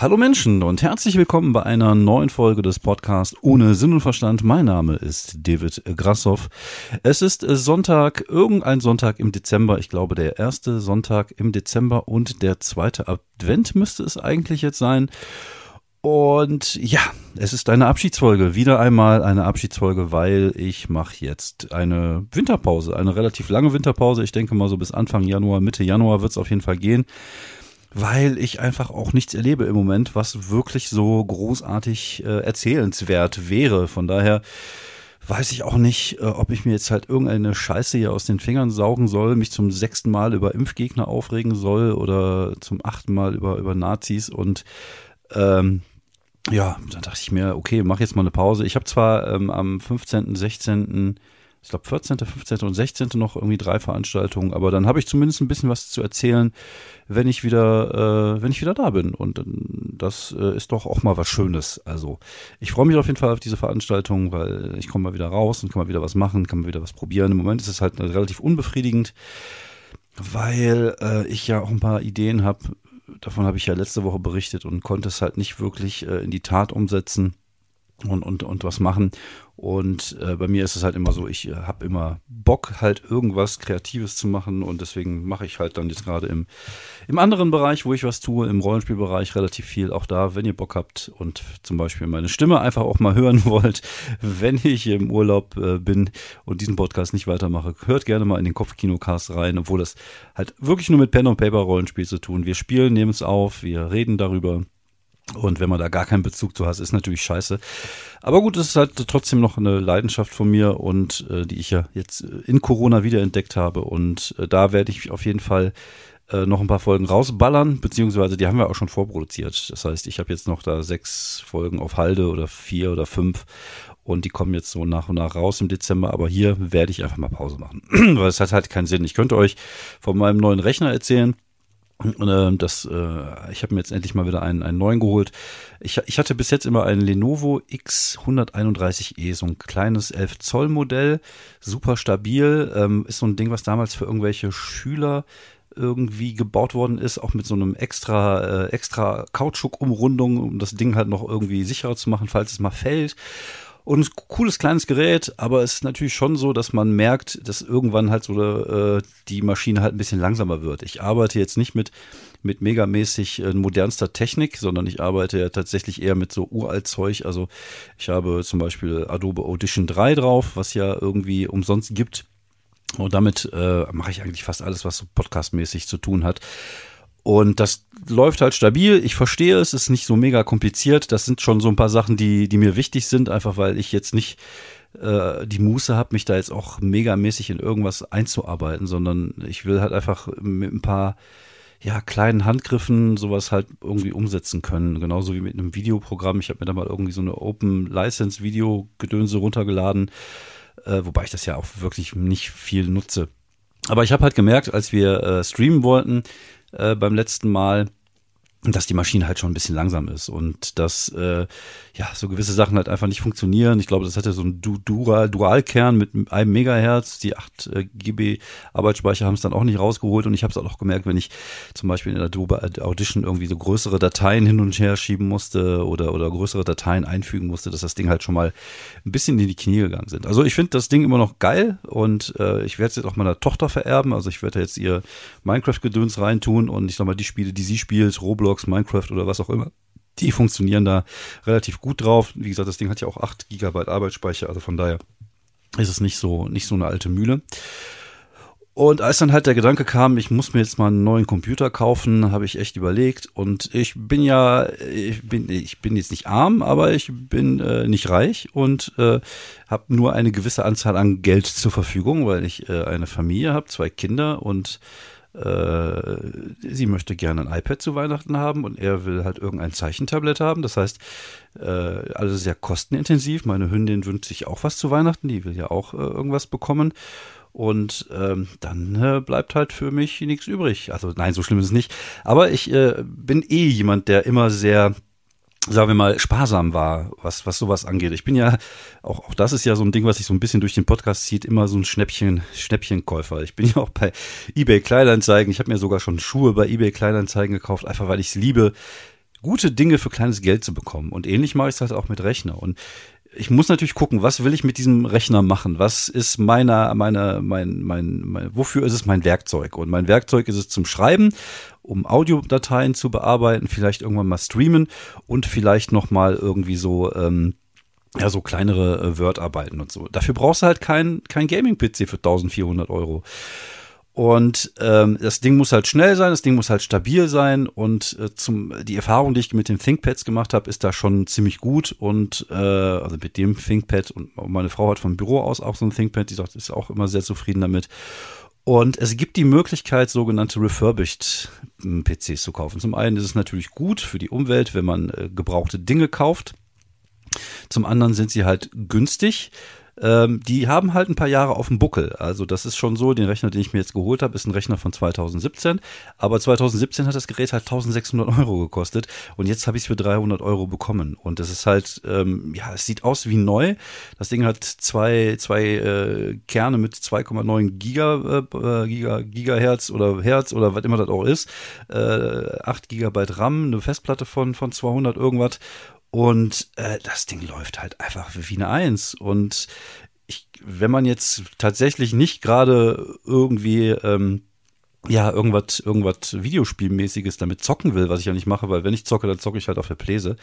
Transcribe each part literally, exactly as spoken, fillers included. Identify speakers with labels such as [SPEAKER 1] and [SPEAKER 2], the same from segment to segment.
[SPEAKER 1] Hallo Menschen und herzlich willkommen bei einer neuen Folge des Podcasts Ohne Sinn und Verstand. Mein Name ist David Grassoff. Es ist Sonntag, irgendein Sonntag im Dezember. Ich glaube, der erste Sonntag im Dezember und der zweite Advent müsste es eigentlich jetzt sein. Und ja, es ist eine Abschiedsfolge, wieder einmal eine Abschiedsfolge, weil ich mache jetzt eine Winterpause, eine relativ lange Winterpause. Ich denke mal so bis Anfang Januar, Mitte Januar wird es auf jeden Fall gehen. Weil ich einfach auch nichts erlebe im Moment, was wirklich so großartig äh, erzählenswert wäre. Von daher weiß ich auch nicht, äh, ob ich mir jetzt halt irgendeine Scheiße hier aus den Fingern saugen soll, mich zum sechsten Mal über Impfgegner aufregen soll oder zum achten Mal über, über Nazis. Und ähm, ja, dann dachte ich mir, okay, mach jetzt mal eine Pause. Ich habe zwar ähm, am fünfzehnten, sechzehnten ich glaube vierzehnten, fünfzehnten und sechzehnten noch irgendwie drei Veranstaltungen, aber dann habe ich zumindest ein bisschen was zu erzählen, wenn ich wieder, äh, wenn ich wieder da bin. Und äh, das äh, ist doch auch mal was Schönes. Also ich freue mich auf jeden Fall auf diese Veranstaltung, weil ich komme mal wieder raus und kann mal wieder was machen, kann mal wieder was probieren. Im Moment ist es halt relativ unbefriedigend, weil äh, ich ja auch ein paar Ideen habe. Davon habe ich ja letzte Woche berichtet und konnte es halt nicht wirklich äh, in die Tat umsetzen. Und, und, und was machen. Und äh, bei mir ist es halt immer so, ich äh, habe immer Bock, halt irgendwas Kreatives zu machen und deswegen mache ich halt dann jetzt gerade im, im anderen Bereich, wo ich was tue, im Rollenspielbereich relativ viel. Auch da, wenn ihr Bock habt und zum Beispiel meine Stimme einfach auch mal hören wollt, wenn ich im Urlaub äh, bin und diesen Podcast nicht weitermache, hört gerne mal in den Kopfkinocast rein, obwohl das halt wirklich nur mit Pen und Paper Rollenspiel zu tun. Wir spielen, nehmen es auf, wir reden darüber. Und wenn man da gar keinen Bezug zu hat, ist natürlich scheiße. Aber gut, es ist halt trotzdem noch eine Leidenschaft von mir und äh, die ich ja jetzt in Corona wiederentdeckt habe. Und äh, da werde ich auf jeden Fall äh, noch ein paar Folgen rausballern, beziehungsweise die haben wir auch schon vorproduziert. Das heißt, ich habe jetzt noch da sechs Folgen auf Halde oder vier oder fünf und die kommen jetzt so nach und nach raus im Dezember. Aber hier werde ich einfach mal Pause machen, weil es hat halt keinen Sinn. Ich könnte euch von meinem neuen Rechner erzählen. Das, äh, ich habe mir jetzt endlich mal wieder einen, einen neuen geholt. Ich, ich hatte bis jetzt immer einen Lenovo X hunderteinunddreißig E, so ein kleines elf Zoll Modell, super stabil, ähm, ist so ein Ding, was damals für irgendwelche Schüler irgendwie gebaut worden ist, auch mit so einem extra, äh, extra Kautschuk-Umrundung, um das Ding halt noch irgendwie sicherer zu machen, falls es mal fällt. Und ein cooles kleines Gerät, aber es ist natürlich schon so, dass man merkt, dass irgendwann halt so äh, die Maschine halt ein bisschen langsamer wird. Ich arbeite jetzt nicht mit mit megamäßig äh, modernster Technik, sondern ich arbeite ja tatsächlich eher mit so uralt Zeug. Also ich habe zum Beispiel Adobe Audition drei drauf, was ja irgendwie umsonst gibt. Und damit äh, mache ich eigentlich fast alles, was so podcastmäßig zu tun hat. Und das läuft halt stabil. Ich verstehe es, ist nicht so mega kompliziert. Das sind schon so ein paar Sachen, die die mir wichtig sind, einfach weil ich jetzt nicht äh, die Muße habe, mich da jetzt auch megamäßig in irgendwas einzuarbeiten, sondern ich will halt einfach mit ein paar ja kleinen Handgriffen sowas halt irgendwie umsetzen können. Genauso wie mit einem Videoprogramm. Ich habe mir da mal irgendwie so eine Open-License-Video-Gedönse runtergeladen, äh, wobei ich das ja auch wirklich nicht viel nutze. Aber ich habe halt gemerkt, als wir äh, streamen wollten, Äh, beim letzten Mal, dass die Maschine halt schon ein bisschen langsam ist und dass äh, ja so gewisse Sachen halt einfach nicht funktionieren. Ich glaube, das hatte so einen du Dual Dualkern mit einem Megahertz. Die acht äh, Gigabyte Arbeitsspeicher haben es dann auch nicht rausgeholt und ich habe es auch gemerkt, wenn ich zum Beispiel in der Adobe Audition irgendwie so größere Dateien hin und her schieben musste oder oder größere Dateien einfügen musste, dass das Ding halt schon mal ein bisschen in die Knie gegangen sind. Also ich finde das Ding immer noch geil und äh, ich werde es jetzt auch meiner Tochter vererben. Also ich werde jetzt ihr Minecraft-Gedöns reintun und ich sag mal, die Spiele, die sie spielt, Roblox, Minecraft oder was auch immer, die funktionieren da relativ gut drauf. Wie gesagt, das Ding hat ja auch acht Gigabyte Arbeitsspeicher, also von daher ist es nicht so, nicht so eine alte Mühle. Und als dann halt der Gedanke kam, ich muss mir jetzt mal einen neuen Computer kaufen, habe ich echt überlegt und ich bin ja, ich bin, ich bin jetzt nicht arm, aber ich bin äh, nicht reich und äh, habe nur eine gewisse Anzahl an Geld zur Verfügung, weil ich äh, eine Familie habe, zwei Kinder und Äh, sie möchte gerne ein iPad zu Weihnachten haben und er will halt irgendein Zeichentablett haben. Das heißt, äh, alles sehr kostenintensiv. Meine Hündin wünscht sich auch was zu Weihnachten. Die will ja auch äh, irgendwas bekommen. Und ähm, dann äh, bleibt halt für mich nichts übrig. Also nein, so schlimm ist es nicht. Aber ich äh, bin eh jemand, der immer sehr, sagen wir mal, sparsam war, was was sowas angeht. Ich bin ja, auch auch das ist ja so ein Ding, was sich so ein bisschen durch den Podcast zieht, immer so ein Schnäppchen, Schnäppchenkäufer. Ich bin ja auch bei eBay Kleinanzeigen, ich habe mir sogar schon Schuhe bei eBay Kleinanzeigen gekauft, einfach weil ich es liebe, gute Dinge für kleines Geld zu bekommen. Und ähnlich mache ich es halt auch mit Rechner. Und ich muss natürlich gucken, was will ich mit diesem Rechner machen? Was ist meiner, meiner, mein, mein, mein, wofür ist es mein Werkzeug? Und mein Werkzeug ist es zum Schreiben, um Audiodateien zu bearbeiten, vielleicht irgendwann mal streamen und vielleicht noch mal irgendwie so, ähm, ja, so kleinere äh, Word-Arbeiten und so. Dafür brauchst du halt kein, kein Gaming-P C für eintausendvierhundert Euro. Und ähm, das Ding muss halt schnell sein, das Ding muss halt stabil sein und äh, zum die Erfahrung, die ich mit den ThinkPads gemacht habe, ist da schon ziemlich gut und äh, also mit dem ThinkPad und meine Frau hat vom Büro aus auch so ein ThinkPad, die sagt, ist auch immer sehr zufrieden damit. Und es gibt die Möglichkeit, sogenannte refurbished P Cs zu kaufen. Zum einen ist es natürlich gut für die Umwelt, wenn man äh, gebrauchte Dinge kauft. Zum anderen sind sie halt günstig. Ähm, die haben halt ein paar Jahre auf dem Buckel. Also das ist schon so, den Rechner, den ich mir jetzt geholt habe, ist ein Rechner von zweitausendsiebzehn. Aber zweitausendsiebzehn hat das Gerät halt eintausendsechshundert Euro gekostet. Und jetzt habe ich es für dreihundert Euro bekommen. Und das ist halt, ähm, ja, es sieht aus wie neu. Das Ding hat zwei, zwei äh, Kerne mit zwei Komma neun Giga, äh, Giga, Gigahertz oder Hertz oder was immer das auch ist. Äh, acht Gigabyte RAM, eine Festplatte von, von zweihundert irgendwas. Und äh, das Ding läuft halt einfach wie eine Eins. Und ich, wenn man jetzt tatsächlich nicht gerade irgendwie ähm, ja irgendwas irgendwas Videospielmäßiges damit zocken will, was ich ja nicht mache, weil wenn ich zocke, dann zocke ich halt auf der Pläse,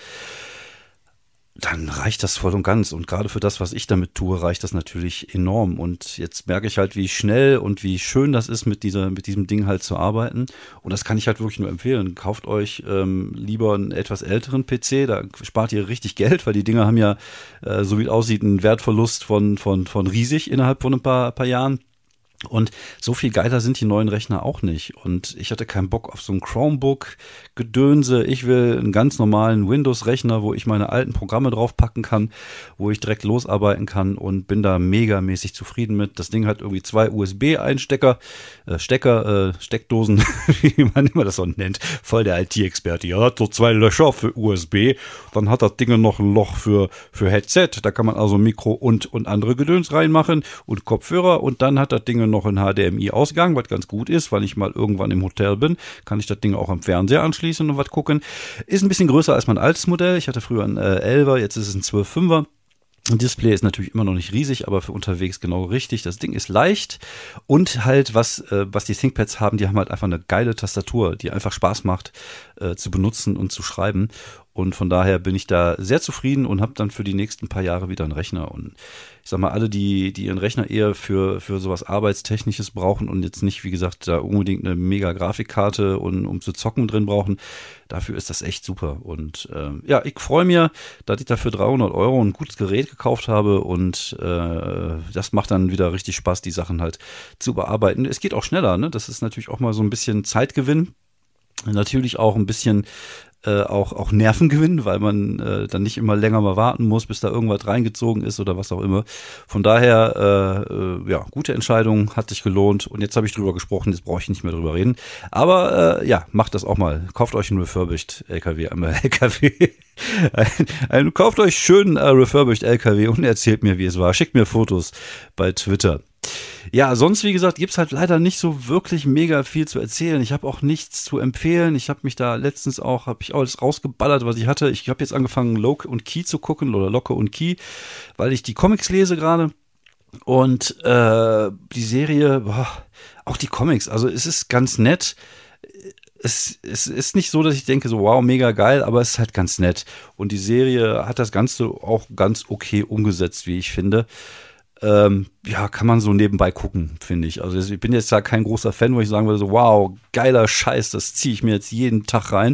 [SPEAKER 1] dann reicht das voll und ganz. Und gerade für das, was ich damit tue, reicht das natürlich enorm. Und jetzt merke ich halt, wie schnell und wie schön das ist, mit dieser, mit diesem Ding halt zu arbeiten. Und das kann ich halt wirklich nur empfehlen. Kauft euch ähm, lieber einen etwas älteren P C, da spart ihr richtig Geld, weil die Dinger haben ja, äh, so wie es aussieht, einen Wertverlust von, von, von riesig innerhalb von ein paar, paar Jahren. Und so viel geiler sind die neuen Rechner auch nicht. Und ich hatte keinen Bock auf so ein Chromebook-Gedönse. Ich will einen ganz normalen Windows-Rechner, wo ich meine alten Programme draufpacken kann, wo ich direkt losarbeiten kann und bin da megamäßig zufrieden mit. Das Ding hat irgendwie zwei U S B-Einstecker, äh, Stecker, äh, Steckdosen, wie man immer das so nennt. Voll der I T-Experte. Ja, hat so zwei Löcher für U S B. Dann hat das Ding noch ein Loch für, für Headset. Da kann man also Mikro und, und andere Gedöns reinmachen und Kopfhörer. Und dann hat das Ding noch einen H D M I-Ausgang, was ganz gut ist, weil ich mal irgendwann im Hotel bin, kann ich das Ding auch am Fernseher anschließen und was gucken. Ist ein bisschen größer als mein altes Modell. Ich hatte früher ein äh, elfer, jetzt ist es ein zwölf Komma fünfer. Display ist natürlich immer noch nicht riesig, aber für unterwegs genau richtig. Das Ding ist leicht und halt, was, äh, was die ThinkPads haben, die haben halt einfach eine geile Tastatur, die einfach Spaß macht äh, zu benutzen und zu schreiben. Und von daher bin ich da sehr zufrieden und habe dann für die nächsten paar Jahre wieder einen Rechner. Und ich sag mal, alle, die, die ihren Rechner eher für, für sowas Arbeitstechnisches brauchen und jetzt nicht, wie gesagt, da unbedingt eine mega Grafikkarte und um zu zocken drin brauchen, dafür ist das echt super. Und äh, ja, ich freue mich, dass ich dafür dreihundert Euro ein gutes Gerät gekauft habe und äh, das macht dann wieder richtig Spaß, die Sachen halt zu bearbeiten. Es geht auch schneller, ne? Das ist natürlich auch mal so ein bisschen Zeitgewinn. Natürlich auch ein bisschen äh, auch auch Nervengewinn, weil man äh, dann nicht immer länger mal warten muss, bis da irgendwas reingezogen ist oder was auch immer. Von daher, äh, äh, ja, gute Entscheidung, hat sich gelohnt. Und jetzt habe ich drüber gesprochen, jetzt brauche ich nicht mehr drüber reden. Aber äh, ja, macht das auch mal. Kauft euch einen refurbished L K W, einmal L K W. ein, ein, kauft euch schön äh, refurbished L K W und erzählt mir, wie es war. Schickt mir Fotos bei Twitter. Ja, sonst, wie gesagt, gibt's halt leider nicht so wirklich mega viel zu erzählen. Ich habe auch nichts zu empfehlen. Ich habe mich da letztens auch, habe ich alles rausgeballert, was ich hatte. Ich habe jetzt angefangen, Lock und Key zu gucken oder Locke und Key, weil ich die Comics lese gerade. Und äh, die Serie, boah, auch die Comics, also es ist ganz nett. Es, es ist nicht so, dass ich denke, so wow, mega geil, aber es ist halt ganz nett. Und die Serie hat das Ganze auch ganz okay umgesetzt, wie ich finde. Ähm, ja, kann man so nebenbei gucken, finde ich. Also ich bin jetzt da kein großer Fan, wo ich sagen würde, so wow, geiler Scheiß, das ziehe ich mir jetzt jeden Tag rein.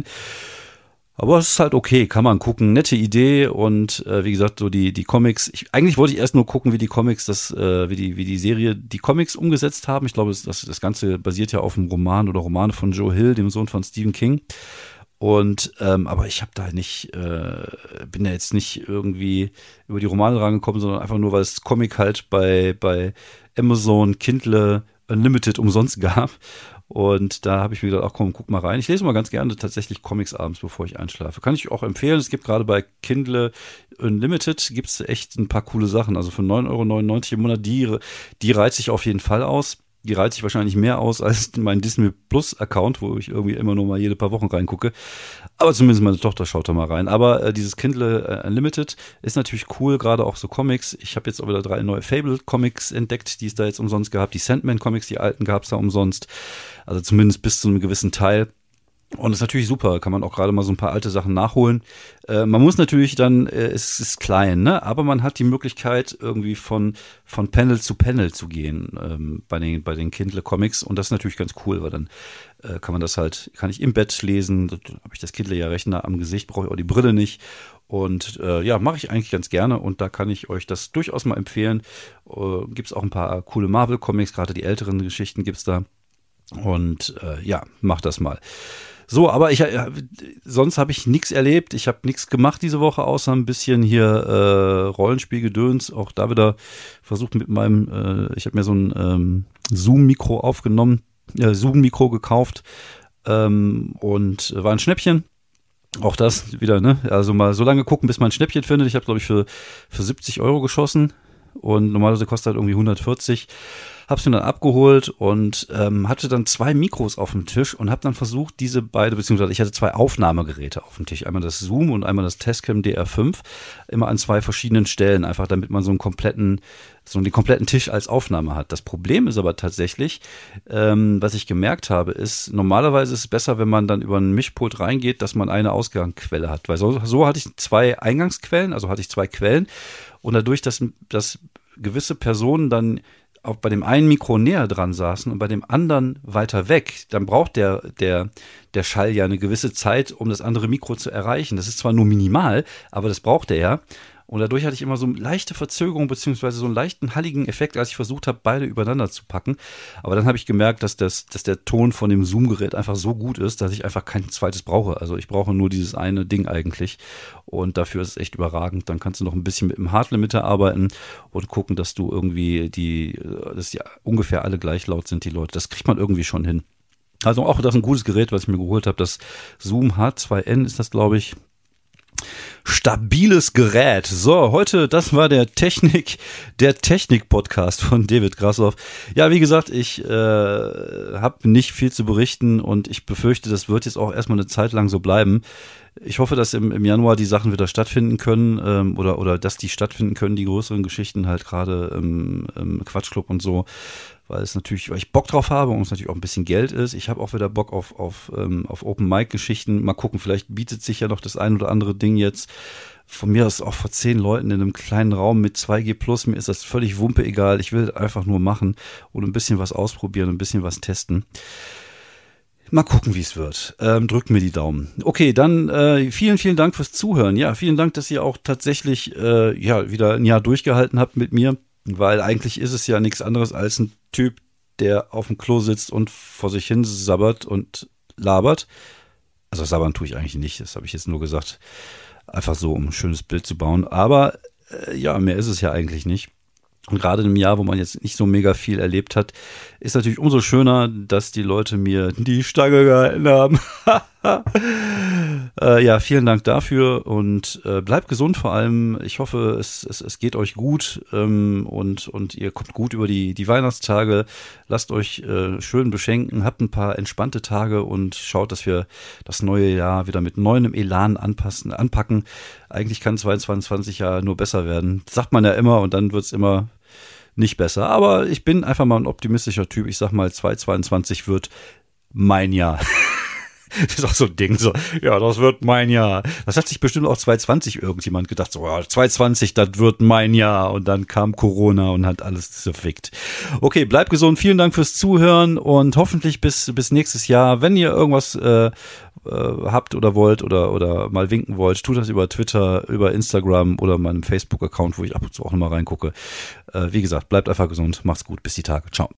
[SPEAKER 1] Aber es ist halt okay, kann man gucken, nette Idee und äh, wie gesagt, so die die Comics. Ich, eigentlich wollte ich erst nur gucken, wie die Comics, das, äh, wie die wie die Serie die Comics umgesetzt haben. Ich glaube, das, das Ganze basiert ja auf einem Roman oder Romane von Joe Hill, dem Sohn von Stephen King. Und ähm, aber ich habe da nicht, äh, bin da jetzt nicht irgendwie über die Romane rangekommen, sondern einfach nur, weil es Comic halt bei bei Amazon Kindle Unlimited umsonst gab. Und da habe ich mir gedacht, ach komm, guck mal rein. Ich lese mal ganz gerne tatsächlich Comics abends, bevor ich einschlafe. Kann ich auch empfehlen. Es gibt gerade bei Kindle Unlimited gibt's echt ein paar coole Sachen. Also für neun Euro neunundneunzig im Monat, die, die reizt sich auf jeden Fall aus. Die reizt sich wahrscheinlich mehr aus als mein Disney Plus Account, wo ich irgendwie immer nur mal jede paar Wochen reingucke. Aber zumindest meine Tochter schaut da mal rein. Aber äh, dieses Kindle äh, Unlimited ist natürlich cool, gerade auch so Comics. Ich habe jetzt auch wieder drei neue Fable-Comics entdeckt, die es da jetzt umsonst gab. Die Sandman-Comics, die alten gab es da umsonst. Also zumindest bis zu einem gewissen Teil. Und das ist natürlich super, kann man auch gerade mal so ein paar alte Sachen nachholen. Äh, man muss natürlich dann, äh, es ist klein, ne? Aber man hat die Möglichkeit, irgendwie von von Panel zu Panel zu gehen ähm, bei den bei den Kindle Comics. Und das ist natürlich ganz cool, weil dann äh, kann man das halt, kann ich im Bett lesen. Da habe ich das Kindle ja recht nah am Gesicht, brauche ich auch die Brille nicht. Und äh, ja, mache ich eigentlich ganz gerne. Und da kann ich euch das durchaus mal empfehlen. Äh, Gibt es auch ein paar coole Marvel-Comics, gerade die älteren Geschichten gibt's da. Und äh, ja, macht das mal. So, aber ich äh, sonst habe ich nichts erlebt. Ich habe nichts gemacht diese Woche, außer ein bisschen hier äh, Rollenspielgedöns. Auch da wieder versucht mit meinem, äh, ich habe mir so ein ähm, Zoom-Mikro aufgenommen, äh, Zoom-Mikro gekauft ähm, und war ein Schnäppchen. Auch das wieder, ne? Also mal so lange gucken, bis man ein Schnäppchen findet. Ich habe, glaube ich, für für siebzig Euro geschossen und normalerweise kostet halt irgendwie hundertvierzig. Hab's mir dann abgeholt und ähm, hatte dann zwei Mikros auf dem Tisch und habe dann versucht, diese beide, beziehungsweise ich hatte zwei Aufnahmegeräte auf dem Tisch. Einmal das Zoom und einmal das Tascam D R fünf, immer an zwei verschiedenen Stellen, einfach damit man so einen kompletten, so einen kompletten Tisch als Aufnahme hat. Das Problem ist aber tatsächlich, ähm, was ich gemerkt habe, ist, normalerweise ist es besser, wenn man dann über einen Mischpult reingeht, dass man eine Ausgangsquelle hat. Weil so, so hatte ich zwei Eingangsquellen, also hatte ich zwei Quellen und dadurch, dass, dass gewisse Personen dann auch bei dem einen Mikro näher dran saßen und bei dem anderen weiter weg, dann braucht der, der, der Schall ja eine gewisse Zeit, um das andere Mikro zu erreichen. Das ist zwar nur minimal, aber das braucht er ja. Und dadurch hatte ich immer so eine leichte Verzögerung beziehungsweise so einen leichten halligen Effekt, als ich versucht habe, beide übereinander zu packen. Aber dann habe ich gemerkt, dass, das, dass der Ton von dem Zoom-Gerät einfach so gut ist, dass ich einfach kein zweites brauche. Also ich brauche nur dieses eine Ding eigentlich. Und dafür ist es echt überragend. Dann kannst du noch ein bisschen mit dem Hardlimiter arbeiten und gucken, dass du irgendwie die, dass die ungefähr alle gleich laut sind, die Leute. Das kriegt man irgendwie schon hin. Also auch das ist ein gutes Gerät, was ich mir geholt habe. Das Zoom H zwei N ist das, glaube ich. Stabiles Gerät. So, heute, das war der Technik, der Technik-Podcast von David Grassoff. Ja, wie gesagt, ich äh, habe nicht viel zu berichten und ich befürchte, das wird jetzt auch erstmal eine Zeit lang so bleiben. Ich hoffe, dass im, im Januar die Sachen wieder stattfinden können ähm, oder oder dass die stattfinden können, die größeren Geschichten halt gerade im, im Quatschclub und so, weil es natürlich, weil ich Bock drauf habe und es natürlich auch ein bisschen Geld ist. Ich habe auch wieder Bock auf auf ähm, auf Open-Mic-Geschichten. Mal gucken, vielleicht bietet sich ja noch das ein oder andere Ding jetzt. Von mir aus auch vor zehn Leuten in einem kleinen Raum mit zwei G plus. Mir ist das völlig wumpe egal. Ich will einfach nur machen und ein bisschen was ausprobieren, ein bisschen was testen. Mal gucken, wie es wird. Ähm, drückt mir die Daumen. Okay, dann äh, vielen, vielen Dank fürs Zuhören. Ja, vielen Dank, dass ihr auch tatsächlich äh, ja wieder ein Jahr durchgehalten habt mit mir, weil eigentlich ist es ja nichts anderes als ein Typ, der auf dem Klo sitzt und vor sich hin sabbert und labert. Also sabbern tue ich eigentlich nicht, das habe ich jetzt nur gesagt, einfach so, um ein schönes Bild zu bauen. Aber äh, ja, mehr ist es ja eigentlich nicht. Und gerade in einem Jahr, wo man jetzt nicht so mega viel erlebt hat, ist natürlich umso schöner, dass die Leute mir die Stange gehalten haben. äh, ja, vielen Dank dafür und äh, bleibt gesund vor allem. Ich hoffe, es, es, es geht euch gut ähm, und, und ihr kommt gut über die, die Weihnachtstage. Lasst euch äh, schön beschenken, habt ein paar entspannte Tage und schaut, dass wir das neue Jahr wieder mit neuem Elan anpassen, anpacken. Eigentlich kann zwanzig zweiundzwanzig ja nur besser werden. Das sagt man ja immer und dann wird's immer nicht besser. Aber ich bin einfach mal ein optimistischer Typ. Ich sag mal, zwanzig zweiundzwanzig wird mein Jahr. Das ist auch so ein Ding, so, ja, das wird mein Jahr. Das hat sich bestimmt auch zwanzig zwanzig irgendjemand gedacht, so, ja, zwanzig zwanzig, das wird mein Jahr. Und dann kam Corona und hat alles zerfickt. Okay, bleibt gesund, vielen Dank fürs Zuhören und hoffentlich bis bis nächstes Jahr. Wenn ihr irgendwas äh, äh, habt oder wollt oder oder mal winken wollt, tut das über Twitter, über Instagram oder meinem Facebook-Account, wo ich ab und zu auch nochmal reingucke. Äh, wie gesagt, bleibt einfach gesund, macht's gut, bis die Tage, ciao.